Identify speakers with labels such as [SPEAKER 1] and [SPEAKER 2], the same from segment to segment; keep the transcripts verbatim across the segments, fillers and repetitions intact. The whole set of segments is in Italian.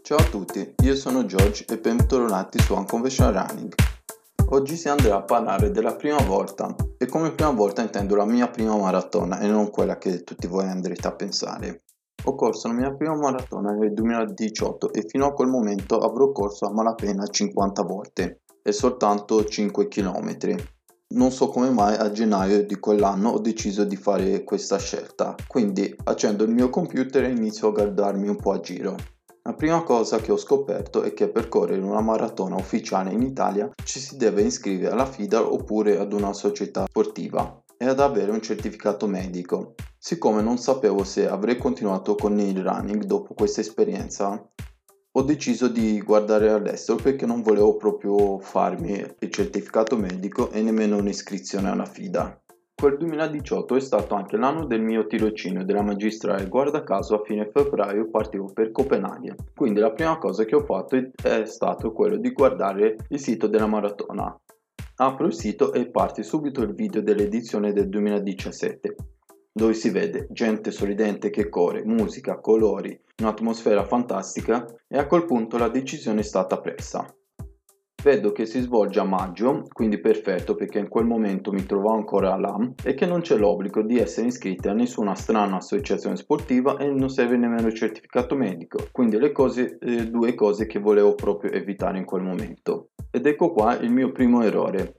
[SPEAKER 1] Ciao a tutti, io sono George e bentornati su Unconventional Running. Oggi si andrà a parlare della prima volta e come prima volta intendo la mia prima maratona e non quella che tutti voi andrete a pensare. Ho corso la mia prima maratona nel duemiladiciotto e fino a quel momento avrò corso a malapena cinquanta volte e soltanto cinque chilometri. Non so come mai a gennaio di quell'anno ho deciso di fare questa scelta, quindi accendo il mio computer e inizio a guardarmi un po' a giro. La prima cosa che ho scoperto è che per correre una maratona ufficiale in Italia ci si deve iscrivere alla FIDA oppure ad una società sportiva e ad avere un certificato medico. Siccome non sapevo se avrei continuato con il running dopo questa esperienza, ho deciso di guardare all'estero perché non volevo proprio farmi il certificato medico e nemmeno un'iscrizione alla FIDA. Quel duemiladiciotto è stato anche l'anno del mio tirocinio della magistrale, guarda caso a fine febbraio partivo per Copenaghen, quindi la prima cosa che ho fatto è stato quello di guardare il sito della maratona. Apro il sito e parte subito il video dell'edizione del duemiladiciassette, dove si vede gente sorridente che corre, musica, colori, un'atmosfera fantastica e a quel punto la decisione è stata presa. Vedo che si svolge a maggio, quindi perfetto perché in quel momento mi trovavo ancora là e che non c'è l'obbligo di essere iscritti a nessuna strana associazione sportiva e non serve nemmeno il certificato medico, quindi le cose, eh, due cose che volevo proprio evitare in quel momento. Ed ecco qua il mio primo errore.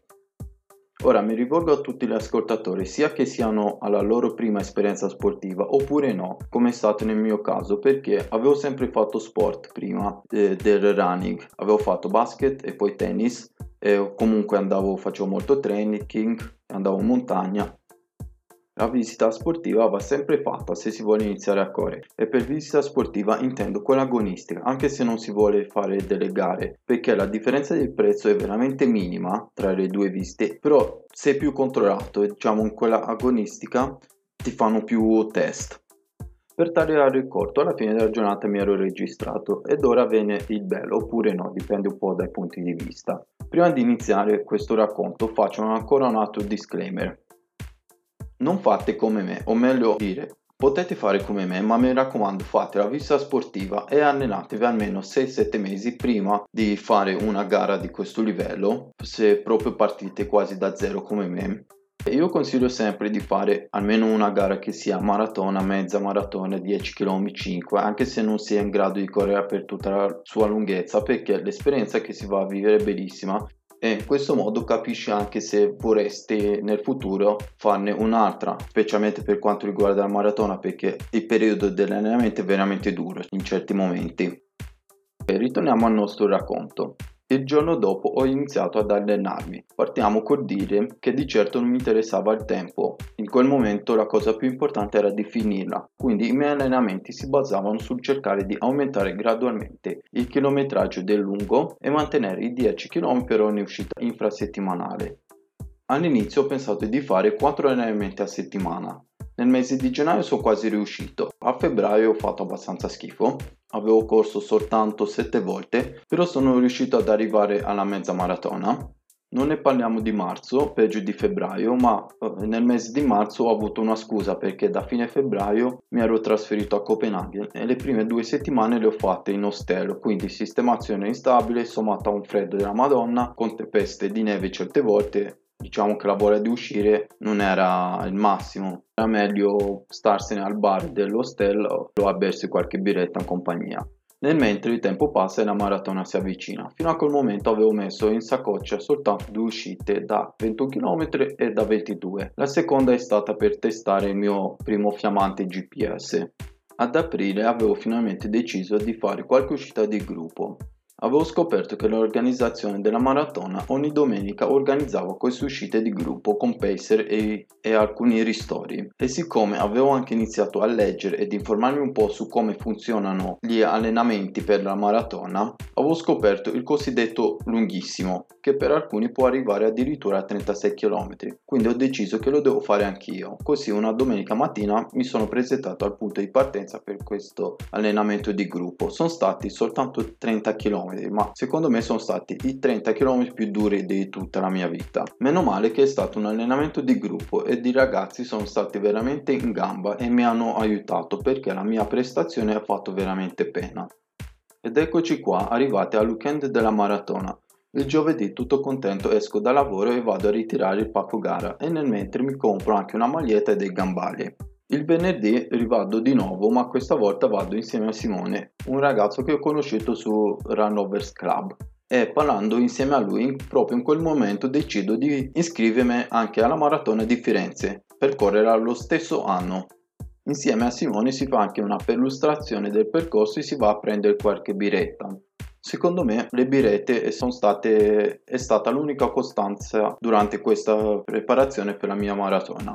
[SPEAKER 1] Ora mi rivolgo a tutti gli ascoltatori, sia che siano alla loro prima esperienza sportiva oppure no, come è stato nel mio caso, perché avevo sempre fatto sport prima eh, del running, avevo fatto basket e poi tennis e comunque andavo, facevo molto training, andavo in montagna. La visita sportiva va sempre fatta se si vuole iniziare a correre e per visita sportiva intendo quella agonistica, anche se non si vuole fare delle gare, perché la differenza del prezzo è veramente minima tra le due visite, però sei più controllato e diciamo in quella agonistica ti fanno più test. Per tagliare il corto, alla fine della giornata mi ero registrato ed ora viene il bello oppure no, dipende un po' dai punti di vista. Prima di iniziare questo racconto faccio ancora un altro disclaimer. Non fate come me, o meglio dire, potete fare come me, ma mi raccomando fate la visita sportiva e allenatevi almeno sei sette mesi prima di fare una gara di questo livello, se proprio partite quasi da zero come me. Io consiglio sempre di fare almeno una gara che sia maratona, mezza maratona, dieci chilometri, cinque, anche se non si è in grado di correre per tutta la sua lunghezza, perché l'esperienza che si va a vivere è bellissima. E in questo modo capisci anche se vorresti nel futuro farne un'altra, specialmente per quanto riguarda la maratona, perché il periodo dell'allenamento è veramente duro in certi momenti. E ritorniamo al nostro racconto. Il giorno dopo ho iniziato ad allenarmi. Partiamo col dire che di certo non mi interessava il tempo. In quel momento la cosa più importante era di finirla, quindi i miei allenamenti si basavano sul cercare di aumentare gradualmente il chilometraggio del lungo e mantenere i dieci chilometri per ogni uscita infrasettimanale. All'inizio ho pensato di fare quattro allenamenti a settimana. Nel mese di gennaio sono quasi riuscito. A febbraio ho fatto abbastanza schifo. Avevo corso soltanto sette volte, però sono riuscito ad arrivare alla mezza maratona. Non ne parliamo di marzo, peggio di febbraio, ma eh, nel mese di marzo ho avuto una scusa perché da fine febbraio mi ero trasferito a Copenaghen e le prime due settimane le ho fatte in ostello, quindi sistemazione instabile, sommato a un freddo della Madonna, con tempeste di neve certe volte. Diciamo che la voglia di uscire non era il massimo, era meglio starsene al bar dell'ostello o a bersi qualche birretta in compagnia. Nel mentre il tempo passa e la maratona si avvicina. Fino a quel momento avevo messo in saccoccia soltanto due uscite da ventuno chilometri e da ventidue. La seconda è stata per testare il mio primo fiammante G P S. Ad aprile avevo finalmente deciso di fare qualche uscita di gruppo. Avevo scoperto che l'organizzazione della maratona ogni domenica organizzava queste uscite di gruppo con pacer e, e alcuni ristori e siccome avevo anche iniziato a leggere ed informarmi un po' su come funzionano gli allenamenti per la maratona, avevo scoperto il cosiddetto lunghissimo che per alcuni può arrivare addirittura a trentasei chilometri, quindi ho deciso che lo devo fare anch'io. Così una domenica mattina mi sono presentato al punto di partenza per questo allenamento di gruppo. Sono stati soltanto trenta chilometri, ma secondo me sono stati i trenta chilometri più duri di tutta la mia vita. Meno male che è stato un allenamento di gruppo ed i ragazzi sono stati veramente in gamba e mi hanno aiutato perché la mia prestazione ha fatto veramente pena. Ed eccoci qua, arrivati al weekend della maratona. Il giovedì, tutto contento, esco da lavoro e vado a ritirare il pacco gara e nel mentre mi compro anche una maglietta e dei gambali. Il venerdì rivado di nuovo, ma questa volta vado insieme a Simone, un ragazzo che ho conosciuto su Run Overs Club. E parlando insieme a lui, proprio in quel momento decido di iscrivermi anche alla maratona di Firenze per correre lo stesso anno. Insieme a Simone si fa anche una perlustrazione del percorso e si va a prendere qualche biretta. Secondo me le birette sono state, è stata l'unica costanza durante questa preparazione per la mia maratona.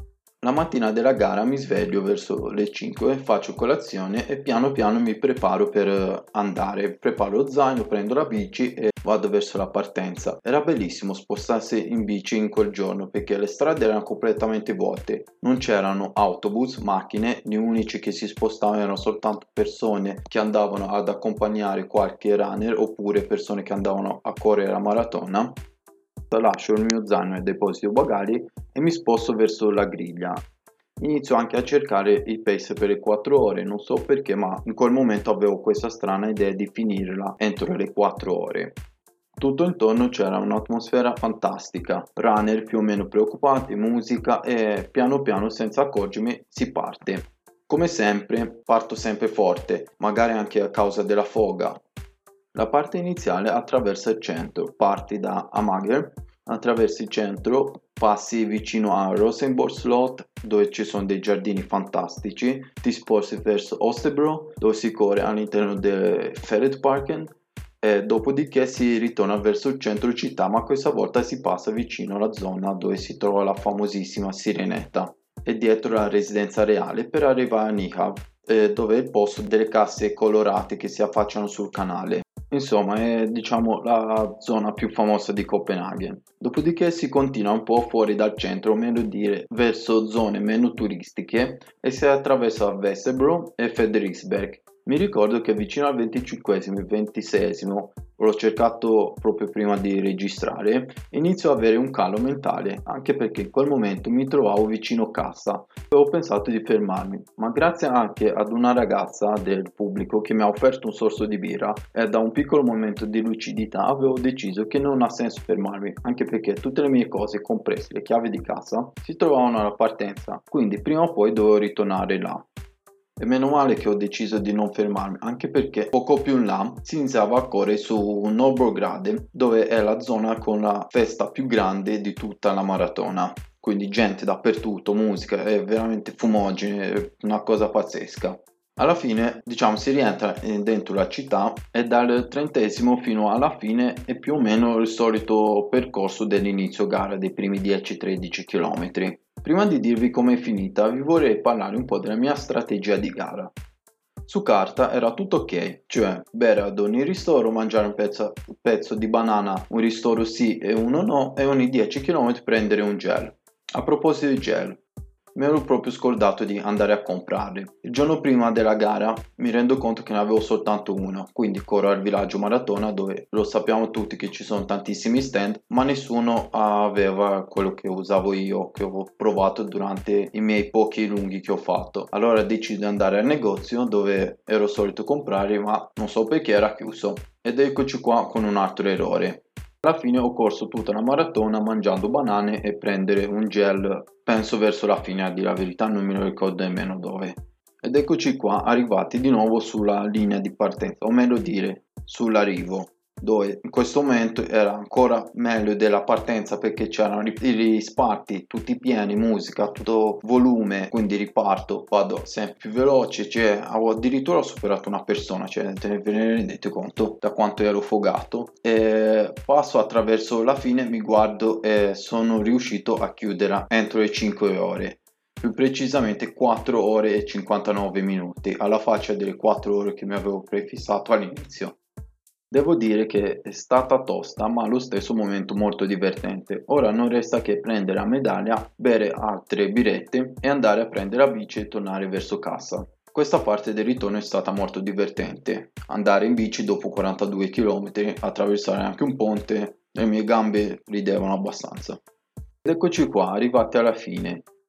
[SPEAKER 1] La mattina della gara mi sveglio verso le cinque, faccio colazione e piano piano mi preparo per andare. Preparo lo zaino, prendo la bici e vado verso la partenza. Era bellissimo spostarsi in bici in quel giorno perché le strade erano completamente vuote. Non c'erano autobus, macchine, gli unici che si spostavano erano soltanto persone che andavano ad accompagnare qualche runner oppure persone che andavano a correre la maratona. Lascio il mio zaino e deposito bagagli e mi sposto verso la griglia. Inizio anche a cercare il pace per le quattro ore, non so perché, ma in quel momento avevo questa strana idea di finirla entro le quattro ore. Tutto intorno c'era un'atmosfera fantastica, runner più o meno preoccupati, musica e piano piano senza accorgermi si parte. Come sempre parto sempre forte, magari anche a causa della foga. La parte iniziale attraversa il centro, parti da Amager, attraversi il centro, passi vicino a Rosenborg Slot dove ci sono dei giardini fantastici, ti sposti verso Osterbro dove si corre all'interno del Ferretparken e dopodiché si ritorna verso il centro città, ma questa volta si passa vicino alla zona dove si trova la famosissima Sirenetta e dietro la residenza reale per arrivare a Nyhavn, eh, dove è il posto delle casse colorate che si affacciano sul canale. Insomma, è diciamo la zona più famosa di Copenaghen. Dopodiché si continua un po' fuori dal centro, o meglio dire, verso zone meno turistiche e si attraversa Vesterbro e Frederiksberg. Mi ricordo che vicino al venticinquesimo e ventiseiesimo, l'ho cercato proprio prima di registrare, inizio ad avere un calo mentale, anche perché in quel momento mi trovavo vicino cassa e ho pensato di fermarmi, ma grazie anche ad una ragazza del pubblico che mi ha offerto un sorso di birra e da un piccolo momento di lucidità avevo deciso che non ha senso fermarmi, anche perché tutte le mie cose, comprese le chiavi di casa, si trovavano alla partenza, quindi prima o poi dovevo ritornare là. E meno male che ho deciso di non fermarmi, anche perché poco più in là si iniziava a correre su Nobrograde, dove è la zona con la festa più grande di tutta la maratona. Quindi gente dappertutto, musica, è veramente fumogene, una cosa pazzesca. Alla fine, diciamo, si rientra dentro la città e dal trentesimo fino alla fine è più o meno il solito percorso dell'inizio gara dei primi dieci tredici km. Prima di dirvi com'è finita, vi vorrei parlare un po' della mia strategia di gara. Su carta era tutto ok, cioè bere ad ogni ristoro, mangiare un pezzo, un pezzo di banana, un ristoro sì e uno no, e ogni dieci chilometri prendere un gel. A proposito di gel, mi ero proprio scordato di andare a comprarli. Il giorno prima della gara mi rendo conto che ne avevo soltanto uno, quindi corro al villaggio maratona dove lo sappiamo tutti che ci sono tantissimi stand, ma nessuno aveva quello che usavo io, che ho provato durante i miei pochi lunghi che ho fatto. Allora decido di andare al negozio dove ero solito comprare, ma non so perché era chiuso. Ed eccoci qua con un altro errore. Alla fine ho corso tutta la maratona mangiando banane e prendere un gel, penso verso la fine, a dire la verità non me lo ricordo nemmeno dove. Ed eccoci qua arrivati di nuovo sulla linea di partenza, o meglio dire sull'arrivo, dove in questo momento era ancora meglio della partenza perché c'erano i sparti tutti pieni, musica, tutto volume, quindi riparto, vado sempre più veloce, cioè avevo addirittura superato una persona, cioè te ne ve ne rendete conto da quanto ero fogato. E passo attraverso la fine, mi guardo e sono riuscito a chiudere entro le cinque ore, più precisamente quattro ore e cinquantanove minuti, alla faccia delle quattro ore che mi avevo prefissato all'inizio. Devo dire che è stata tosta, ma allo stesso momento molto divertente. Ora non resta che prendere la medaglia, bere altre birette e andare a prendere la bici e tornare verso casa. Questa parte del ritorno è stata molto divertente. Andare in bici dopo quarantadue chilometri, attraversare anche un ponte, le mie gambe ridevano abbastanza. Ed eccoci qua, arrivati alla fine.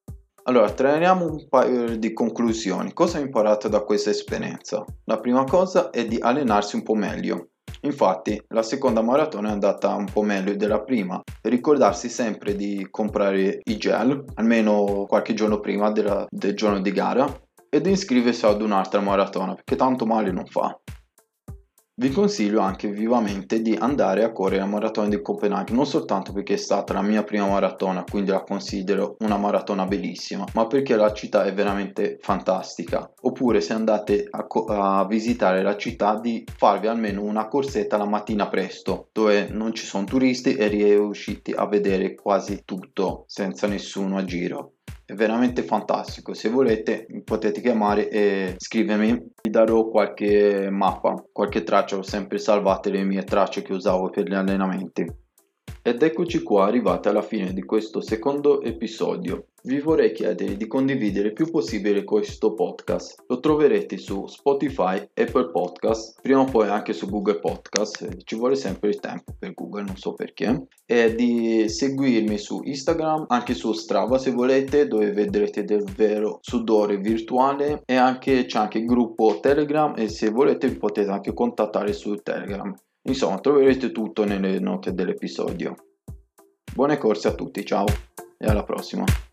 [SPEAKER 1] Allora, traiamo un paio di conclusioni. Cosa ho imparato da questa esperienza? La prima cosa è di allenarsi un po' meglio. Infatti, la seconda maratona è andata un po' meglio della prima. Ricordarsi sempre di comprare i gel, almeno qualche giorno prima della- del giorno di gara, ed iscriversi ad un'altra maratona, perché tanto male non fa. Vi consiglio anche vivamente di andare a correre la maratona di Copenaghen, non soltanto perché è stata la mia prima maratona, quindi la considero una maratona bellissima, ma perché la città è veramente fantastica. Oppure se andate a, co- a visitare la città, di farvi almeno una corsetta la mattina presto, dove non ci sono turisti e riuscite a vedere quasi tutto senza nessuno a giro. È veramente fantastico. Se volete mi potete chiamare e scrivermi, vi darò qualche mappa, qualche traccia. Ho sempre salvate le mie tracce che usavo per gli allenamenti. Ed eccoci qua arrivati alla fine di questo secondo episodio. Vi vorrei chiedere di condividere il più possibile questo podcast. Lo troverete su Spotify, Apple Podcast, prima o poi anche su Google Podcast. Ci vuole sempre il tempo per Google, non so perché. E di seguirmi su Instagram, anche su Strava se volete, dove vedrete del vero sudore virtuale. E anche c'è anche il gruppo Telegram, e se volete vi potete anche contattare su Telegram. Insomma, troverete tutto nelle note dell'episodio. Buone corse a tutti, ciao e alla prossima.